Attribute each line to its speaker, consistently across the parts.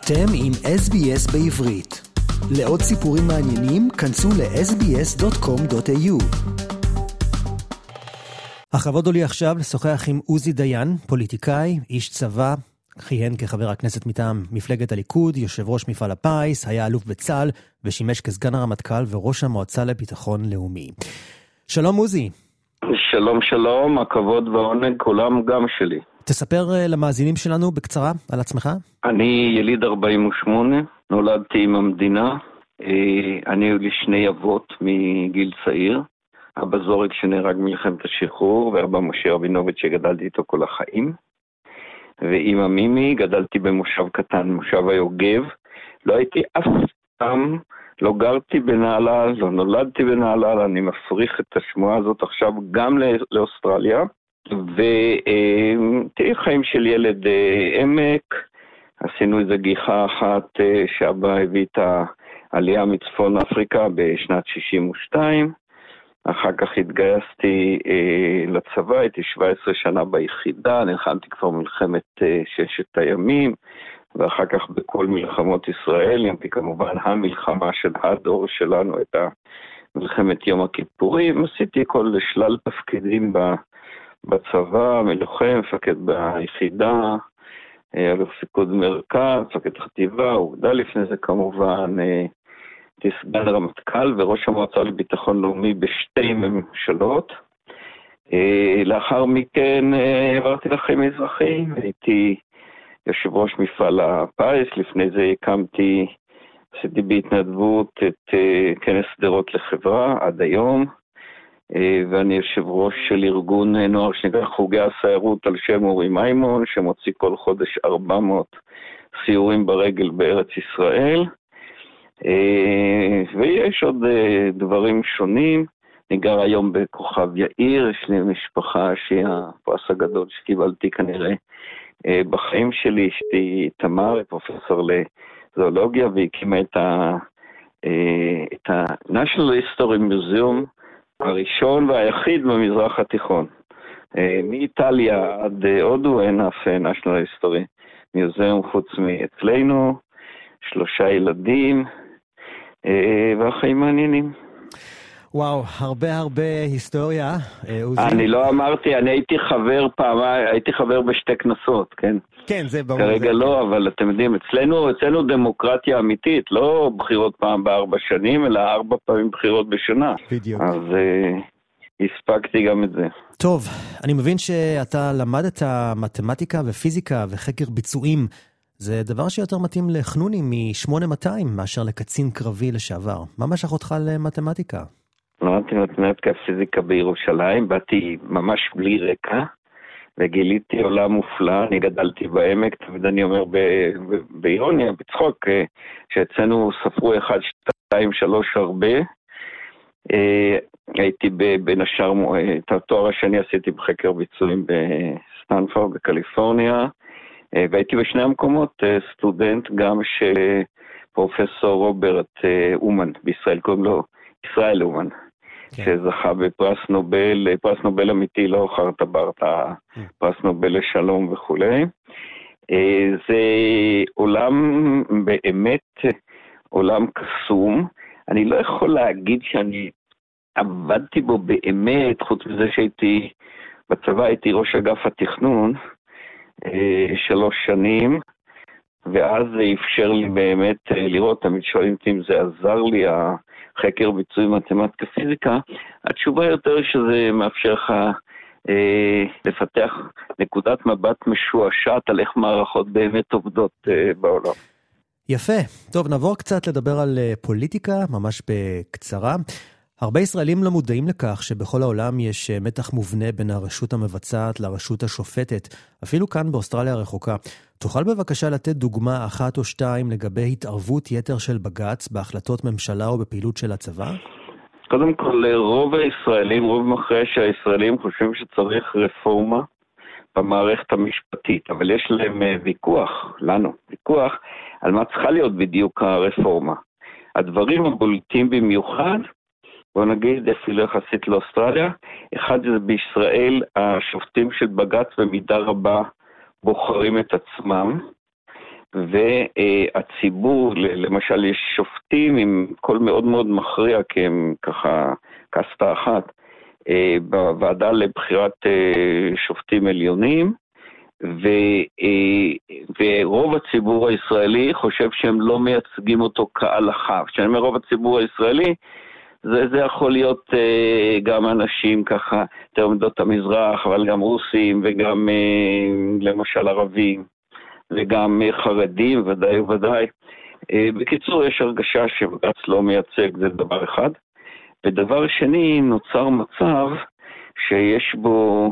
Speaker 1: אתם עם SBS בעברית. לעוד סיפורים מעניינים, כנסו ל-sbs.com.au. הכבוד לי עכשיו לשוחח עם עוזי דיין, פוליטיקאי, איש צבא, כיהן כחבר הכנסת מטעם מפלגת הליכוד, יושב ראש מפעל הפיס, היה אלוף בצה"ל ושימש כסגן הרמטכ"ל וראש המועצה לביטחון לאומי. שלום עוזי.
Speaker 2: שלום שלום, הכבוד והעונג כולם גם שלי.
Speaker 1: תספר למאזינים שלנו בקצרה על עצמך.
Speaker 2: אני יליד 48, נולדתי עם המדינה. אני היו לי שני אבות מגיל צעיר. אבא זורק שנהרג במלחמת השחרור, ואבא משה רבינוביץ' שגדלתי איתו כל החיים. ואמא מימי, גדלתי במושב קטן, מושב היוגב. לא הייתי אף פעם, לא גרתי בנהלל, לא נולדתי בנהלל, אני מפריך את השמועה הזאת עכשיו גם לאוסטרליה. ותראי חיים של ילד עמק, עשינו איזו גיחה אחת שאבא הביא את העלייה מצפון אפריקה בשנת 62, אחר כך התגייסתי לצבא, הייתי 17 שנה ביחידה, נלחמתי כבר מלחמת ששת הימים, ואחר כך בכל מלחמות ישראל, ימתי כמובן המלחמה של הדור שלנו, את מלחמת יום הכיפורים, עשיתי כל שלל תפקידים בצבא, מלוחם, מפקד ביחידה, אלוף פיקוד מרכז, מפקד חטיבה, עובדה לפני זה כמובן, סגן רמטכ"ל וראש המועצה לביטחון לאומי בשתי ממשלות. לאחר מכן עברתי לחיים אזרחיים, הייתי יושב ראש מפעל הפיס, לפני זה עשיתי בהתנדבות את כנס סדרות לחברה עד היום, ואני יושב ראש של ארגון נוער שנקרא חוגי הסיירות על שם אורי מימון, שמוציא כל חודש 400 סיורים ברגל בארץ ישראל, ויש עוד דברים שונים. אני גר היום בכוכב יאיר, יש לי משפחה שהיא הפרס הגדול שקיבלתי כנראה בחיים שלי, אשתי תמר, פרופסור לזואולוגיה, והקימה את ה-National History Museum, הראשון והיחיד במזרח התיכון. מאיטליה עד הודו אין אף National History Museum חוץ מאצלנו, 3 ילדים, והחיים מעניינים.
Speaker 1: וואו, הרבה היסטוריה, עוזי.
Speaker 2: אני לא אמרתי, אני הייתי חבר בשתי כנסות, כן?
Speaker 1: כן, זה ברור.
Speaker 2: כרגע לא, אבל אתם יודעים, אצלנו דמוקרטיה אמיתית, לא בחירות פעם ב4 שנים, אלא 4 פעמים בחירות בשנה.
Speaker 1: בדיוק.
Speaker 2: אז הספקתי גם את זה.
Speaker 1: טוב, אני מבין שאתה למדת מתמטיקה ופיזיקה וחקר ביצועים. זה דבר שיותר מתאים לחנונים מ-8200 מאשר לקצין קרבי לשעבר. מה משך אותך למתמטיקה?
Speaker 2: למדתי מתמטיקה ופיזיקה בירושלים, באתי ממש בלי רקע, וגיליתי עולם מופלא. אני גדלתי בעמק, תמיד אני אומר באירוניה, בצחוק, שאצלנו ספרו 1, 2, 3 הרבה. הייתי בין השאר, את התואר השני עשיתי בחקר ביצועים בסטנפורד, בקליפורניה, והייתי בשני המקומות סטודנט גם של פרופסור רוברט אומן, בישראל קוראים לו ישראל אומן, שזכה בפרס נובל, פרס נובל אמיתי, לא חרטה ברטה, פרס נובל לשלום וכו'. זה עולם באמת, עולם קסום. אני לא יכול להגיד שאני עבדתי בו באמת, חוץ מזה שהייתי בצבא, הייתי ראש אגף התכנון 3 שנים, ואז זה אפשר לי באמת לראות, תמיד שואלים אותי אם זה עזר לי, החקר ביצועים מתמטיקה פיזיקה. התשובה יותר שזה מאפשר לך לפתח נקודת מבט משועשעת על איך מערכות באמת עובדות בעולם.
Speaker 1: יפה. טוב, נעבור קצת לדבר על פוליטיקה, ממש בקצרה. הרבה ישראלים לא מודעים לכך שבכל העולם יש מתח מובנה בין הרשות המבצעת לרשות השופטת, אפילו כאן באוסטרליה הרחוקה. תוכל בבקשה לתת דוגמה 1 או 2 לגבי התערבות יתר של בג"ץ בהחלטות ממשלה או בפעילות של הצבא?
Speaker 2: קודם כל, רוב הישראלים, רוב מכריע שהישראלים חושבים שצריך רפורמה במערכת המשפטית, אבל יש להם ויכוח על מה צריכה להיות בדיוק הרפורמה. הדברים הבולטים במיוחד, בוא נגיד אפילו יחסית לאוסטרליה, אחד זה בישראל, השופטים של בג"ץ במידה רבה בוחרים את עצמם, והציבור, למשל יש שופטים עם קול מאוד מאוד מכריע, כי הם ככה קסטה אחת, בוועדה לבחירת שופטים עליונים, ורוב הציבור הישראלי חושב שהם לא מייצגים אותו כהלכה. כשאני אומר רוב הציבור הישראלי, זה יכול להיות גם אנשים ככה, תעמדות המזרח, אבל גם רוסים וגם למשל ערבים, וגם חרדים ודאי וודאי. בקיצור, יש הרגשה שבג"ץ לא מייצג, זה דבר אחד. ודבר שני, נוצר מצב שיש בו,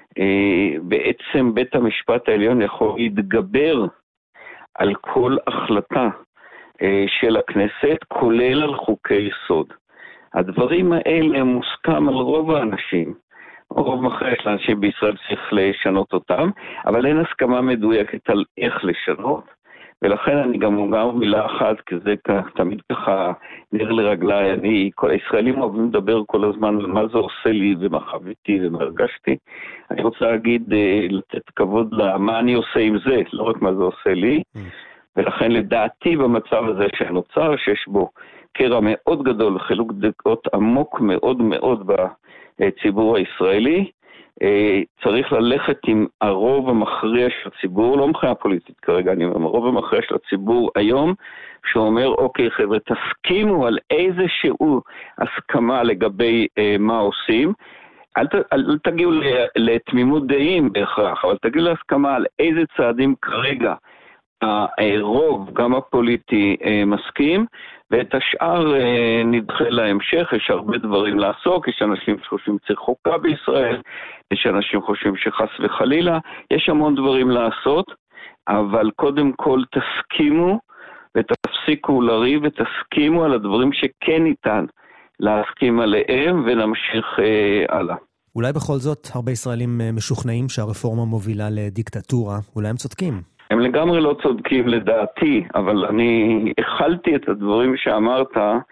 Speaker 2: בעצם בית המשפט העליון יכול להתגבר על כל החלטה של הכנסת, כולל על חוקי יסוד. הדברים האלה מוסכם על רוב האנשים, רוב מכריע של האנשים בישראל צריך לשנות אותם, אבל אין הסכמה מדויקת על איך לשנות, ולכן אני גם אומר מילה אחת, כי זה תמיד ככה נר לרגליי, כל הישראלים אוהבים לדבר כל הזמן על מה זה עושה לי ומה חוויתי ומה הרגשתי. אני רוצה להגיד, לתת כבוד למה אני עושה עם זה, לא רק מה זה עושה לי, ולכן לדעתי במצב הזה שנוצר, שיש בו קרע מאוד גדול, חילוק דעות עמוק מאוד מאוד בציבור הישראלי, צריך ללכת עם הרוב המכריע של הציבור, לא מבחינה פוליטית כרגע, אני אומר, הרוב המכריע של הציבור היום, שאומר, אוקיי חבר'ה, תסכימו על איזשהו הסכמה לגבי מה עושים, אל תגיעו לתמימות דעים בהכרח, אבל תגיעו להסכמה על איזה צעדים כרגע הרוב, גם הפוליטי, מסכים, ואת השאר נדחה להמשך. יש הרבה דברים לעסוק, יש אנשים שחושבים צריך חוקה בישראל, יש אנשים חושבים שחס וחלילה, יש המון דברים לעשות, אבל קודם כל תסכימו ותפסיקו לריב ותסכימו על הדברים שכן ניתן להסכים עליהם ונמשיך הלאה.
Speaker 1: אולי בכל זאת הרבה ישראלים משוכנעים שהרפורמה מובילה לדיקטטורה, אולי הם צודקים.
Speaker 2: הם לגמרי לא צודקים לדעתי, אבל אני החלתי את הדברים שאמרת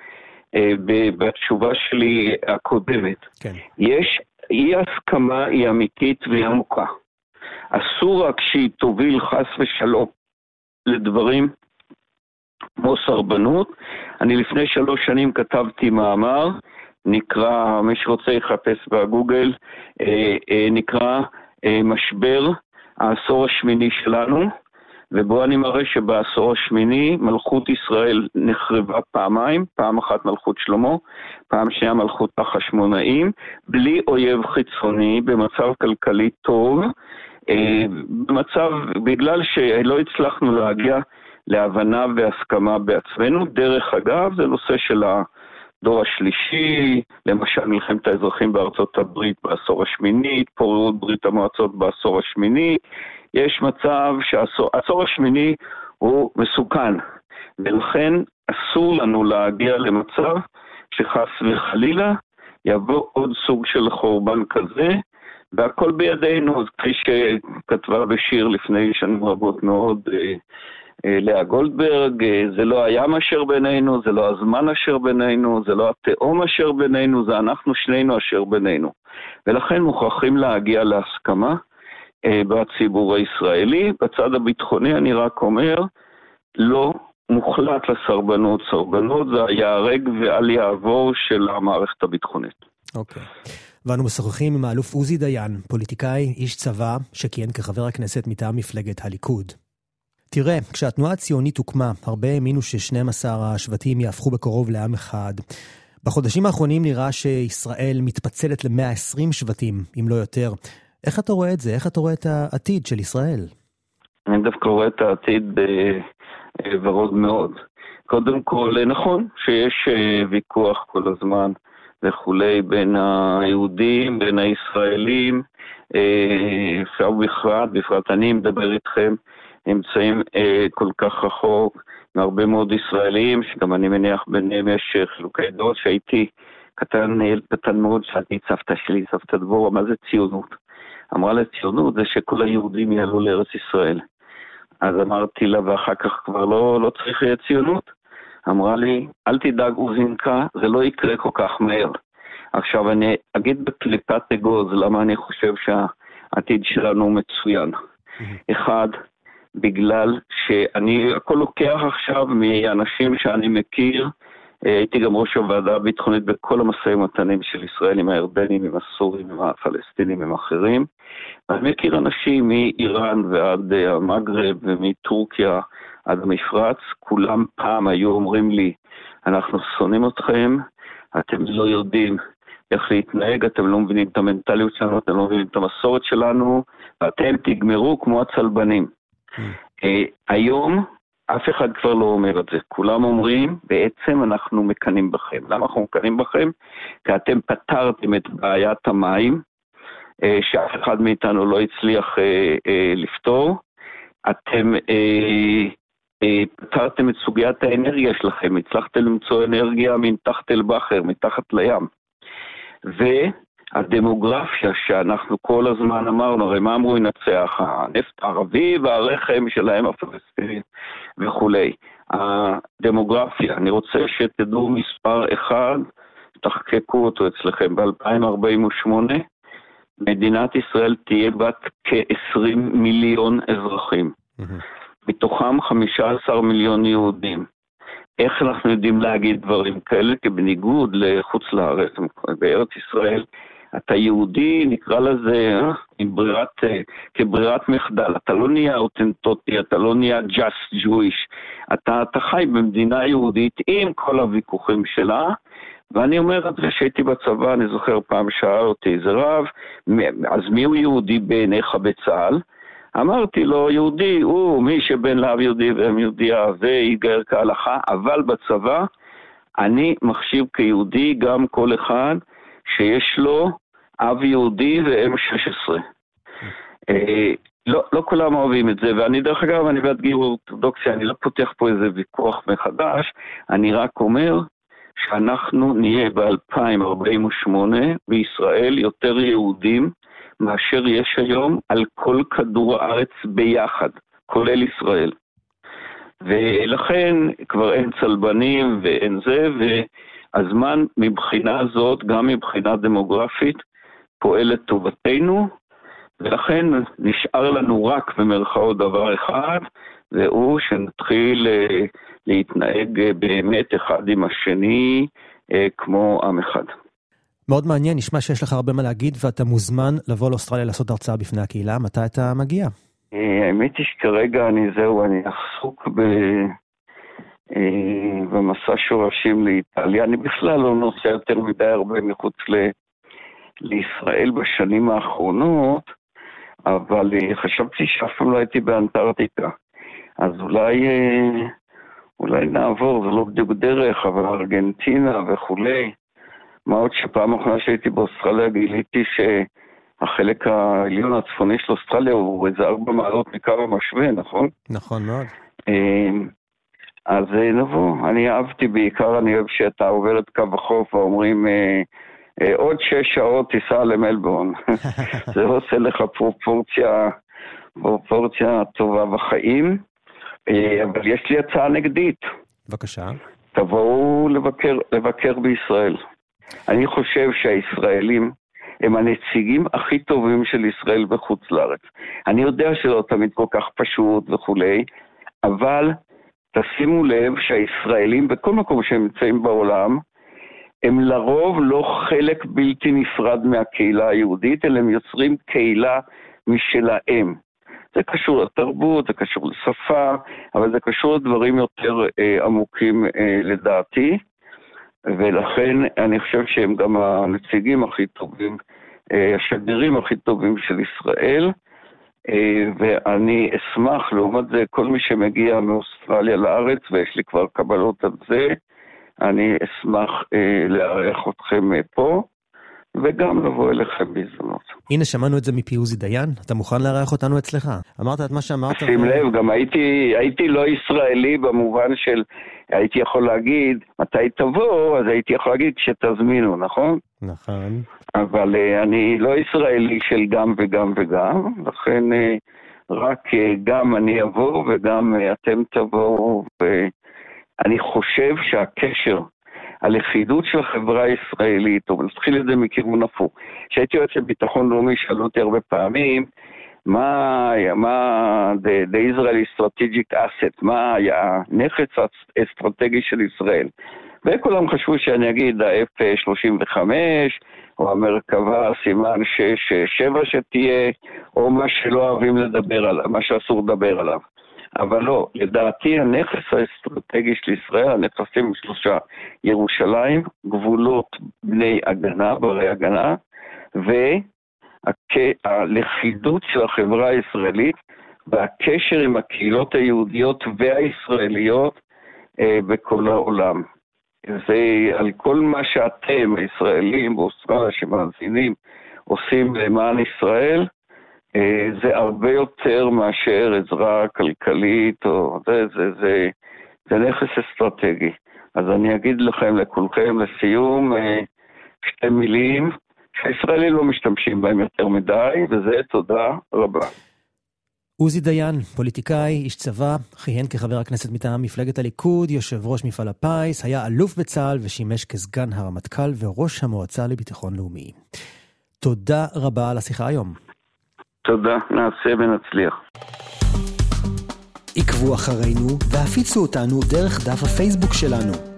Speaker 2: בתשובה שלי הקודמת.
Speaker 1: כן.
Speaker 2: יש אי הסכמה, היא אמיתית והיא עמוקה. אסור רק שהיא תוביל חס ושלום לדברים כמו סרבנות. אני לפני 3 שנים כתבתי מאמר, נקרא, מי שרוצה יחפש בגוגל, נקרא משבר העשור השמיני שלנו, ובו אני מראה שבעשור השמיני מלכות ישראל נחרבה פעמיים, פעם אחת מלכות שלמה, פעם שנייה מלכות החשמונאים, בלי אויב חיצוני, במצב כלכלי טוב, במצב, בגלל שלא הצלחנו להגיע להבנה והסכמה בעצמנו. דרך אגב, זה נושא של הדור השלישי, למשל מלחמת האזרחים בארצות הברית בעשור השמיני, התפוררות ברית המועצות בעשור השמיני. יש מצב שהעשור השמיני הוא מסוכן, ולכן אסור לנו להגיע למצב שחס וחלילה יבוא עוד סוג של חורבן כזה, והכל בידינו, כפי שכתבה בשיר לפני שנים רבות מאוד לאה גולדברג, זה לא הים אשר בינינו, זה לא הזמן אשר בינינו, זה לא התאום אשר בינינו, זה אנחנו שנינו אשר בינינו. ולכן מוכרחים להגיע להסכמה בציבור הישראלי. בצד הביטחוני אני רק אומר, לא מוחלט לסרבנות. סרבנות זה היהרג ואל יעבור של המערכת הביטחונית.
Speaker 1: אוקיי. ואנו משוחחים עם האלוף עוזי דיין, פוליטיקאי, איש צבא, שכיהן כחבר הכנסת מטעם מפלגת הליכוד. תראה, כשהתנועה הציונית הוקמה, הרבה האמינו ש12 השבטים יהפכו בקרוב לעם אחד. בחודשים האחרונים נראה שישראל מתפצלת ל120 שבטים, אם לא יותר. איך אתה רואה את זה? איך אתה רואה את העתיד של ישראל?
Speaker 2: אני דווקא רואה את העתיד ורוד מאוד. קודם כל, נכון שיש ויכוח כל הזמן וכולי בין היהודים, בין הישראלים, אפשר בפרט אני מדבר איתכם, נמצאים כל כך רחוק מהרבה מאוד ישראלים, שגם אני מניח ביניהם יש חילוקי דעות, שהייתי קטן מאוד, שאלתי את סבתא שלי, סבתא דבורה, מה זה ציונות? אמרה לה, ציונות זה שכל היהודים יעלו לארץ ישראל. אז אמרתי לה, ואחר כך כבר לא צריך ציונות. אמרה לי, אל תדאג אוזינקה, זה לא יקרה כל כך מהר. עכשיו אני אגיד בקליפת אגוז, למה אני חושב שהעתיד שלנו מצוין. אחד, בגלל שאני הכל לוקח עכשיו מאנשים שאני מכיר, הייתי גם ראש הוועדה הביטחונית בכל המשאים ומתנים של ישראל עם הירדנים, עם הסורים, עם הפלסטינים, עם אחרים. אני מכיר אנשים מאיראן ועד המגרב ומטורקיה עד המפרץ, כולם פעם היו אומרים לי, אנחנו שונאים אתכם, אתם לא יודעים איך להתנהג, אתם לא מבינים את המנטליות שלנו, אתם לא מבינים את המסורת שלנו, ואתם תגמרו כמו הצלבנים. היום אף אחד כבר לא אומר את זה, כולם אומרים, בעצם אנחנו מקנים בכם. למה אנחנו מקנים בכם? כי אתם פתרתם את בעיית המים, שאף אחד מאיתנו לא הצליח לפתור, אתם פתרתם את סוגיית האנרגיה שלכם, הצלחתם למצוא אנרגיה מתחת אל בחר, מתחת לים. והדמוגרפיה שאנחנו כל הזמן אמרנו, הרי מה אמרו ינצח? הנפט הערבי והרחם שלהם הפלסטינים וכולי. הדמוגרפיה, אני רוצה שתדעו מספר אחד, תחקקו אותו אצלכם, ב-2048, מדינת ישראל תהיה בת כ-20 מיליון אזרחים. מתוכם 15 מיליון יהודים. איך אנחנו יודעים להגיד דברים כאלה? כי בניגוד לחוץ לארץ, בארץ ישראל, אתה יהודי, נקרא לזה, כברירת מחדל. אתה לא נהיה אותנטוטי, אתה לא נהיה just Jewish. אתה חי במדינה יהודית עם כל הוויכוחים שלה, ואני אומר את זה שהייתי בצבא, אני זוכר פעם שאל אותי איזה רב, אז מי הוא יהודי בעיניך בצה"ל? אמרתי לו, יהודי הוא מי שבן לאב יהודי והם יהודייה ויגר כהלכה, אבל בצבא אני מחשיב כיהודי גם כל אחד שיש לו אב יהודי והם 16. לא כולם אוהבים את זה, ואני דרך אגב, אני בעד גיור אורתודוקסיה, אני לא פותח פה איזה ויכוח מחדש, אני רק אומר שאנחנו נהיה ב-2048 בישראל יותר יהודים מאשר יש היום על כל כדור הארץ ביחד, כולל ישראל. ולכן כבר אין צלבנים ואין זה, והזמן מבחינה הזאת, גם מבחינה דמוגרפית, פועל לטובתנו, ולכן נשאר לנו רק במרכאות דבר אחד, והוא שנתחיל להתנהג באמת אחד עם השני כמו עם אחד.
Speaker 1: מאוד מעניין, נשמע שיש לך הרבה מה להגיד, ואתה מוזמן לבוא לאוסטרליה לעשות הרצאה בפני הקהילה. מתי אתה מגיע?
Speaker 2: האמת היא שכרגע אני עסוק במסע שורשים לאיטליה. אני בכלל לא נוסע יותר מדי הרבה מחוץ לישראל בשנים האחרונות, אבל חשבתי שאף פעם לא הייתי באנטארקטיקה. אז אולי נעבור, זה לא בדיוק דרך, אבל ארגנטינה וכולי. מה עוד שפעם אחרונה שהייתי באוסטרליה גיליתי שהחלק העליון הצפוני של אוסטרליה הוא איזה 4 מעלות מקו המשווה, נכון?
Speaker 1: נכון מאוד.
Speaker 2: אז נבוא, אני אהבתי בעיקר, אני אוהב שאתה עובר את קו החוף ואומרים עוד 6 שעות תיסע למלבורן. זה עושה לך פרופורציה טובה בחיים, אבל יש לי הצעה נגדית.
Speaker 1: בבקשה.
Speaker 2: תבואו לבקר בישראל. אני חושב שהישראלים הם הנציגים הכי טובים של ישראל בחוץ לארץ. אני יודע שלא תמיד כל כך פשוט וכולי, אבל תשימו לב שהישראלים בכל מקום שהם נמצאים בעולם, הם לרוב לא חלק בלתי נפרד מהקהילה היהודית, אלא הם יוצרים קהילה משלהם. זה קשור לתרבות, זה קשור לשפה, אבל זה קשור לדברים יותר עמוקים לדעתי, ולכן אני חושב שהם גם הנציגים הכי טובים, השגרירים הכי טובים של ישראל, ואני אשמח, לעומת זה, כל מי שמגיע מאוסטרליה לארץ, ויש לי כבר קבלות על זה, אני אשמח לארח אתכם פה, וגם לבוא אליכם בהזדמנות.
Speaker 1: הנה, שמענו את זה מפי עוזי דיין, אתה מוכן לארח אותנו אצלך? אמרת את מה שאמרת.
Speaker 2: שים לב, גם הייתי לא ישראלי במובן של, הייתי יכול להגיד, מתי תבוא, אז הייתי יכול להגיד שתזמינו, נכון?
Speaker 1: נכון.
Speaker 2: אבל אני לא ישראלי של גם וגם וגם, לכן רק גם אני אבוא וגם אתם תבואו, ואני חושב שהקשר, הלכידות של החברה הישראלית, או נתחיל את זה מכיוון הפוך. כשהייתי יועץ של ביטחון לאומי, שאלו אותי הרבה פעמים, the Israeli strategic asset, מה היה הנכס האסטרטגי של ישראל. וכולם חשבו שאני אגיד ה-F-35, או המרכבה סימן 6-7 שתהיה, או מה שלא אוהבים לדבר עליו, מה שאסור לדבר עליו. אבל לא, לדעתי הנכס האסטרטגי של ישראל, הנכסים 3, ירושלים, גבולות בני הגנה, ברי הגנה, והלכידות של החברה הישראלית, והקשר עם הקהילות היהודיות והישראליות בכל העולם. זה על כל מה שאתם, הישראלים באוסטרליה שמאזינים, עושים למען ישראל, זה הרבה יותר מאשר עזרה כלכלית, או זה נכס אסטרטגי. אז אני אגיד לכם, לכולכם, לסיום, 2 מילים, שהישראלים לא משתמשים בהם יותר מדי, וזה תודה רבה.
Speaker 1: עוזי דיין, פוליטיקאי, איש צבא, כיהן כחבר הכנסת מטעם מפלגת הליכוד, יושב ראש מפעל הפיס, היה אלוף בצה"ל ושימש כסגן הרמטכ"ל וראש המועצה לביטחון לאומי. תודה רבה על השיחה היום.
Speaker 2: תודה, נעשה ונצליח.
Speaker 1: עקבו אחרינו והפיצו אותנו דרך דף הפייסבוק שלנו.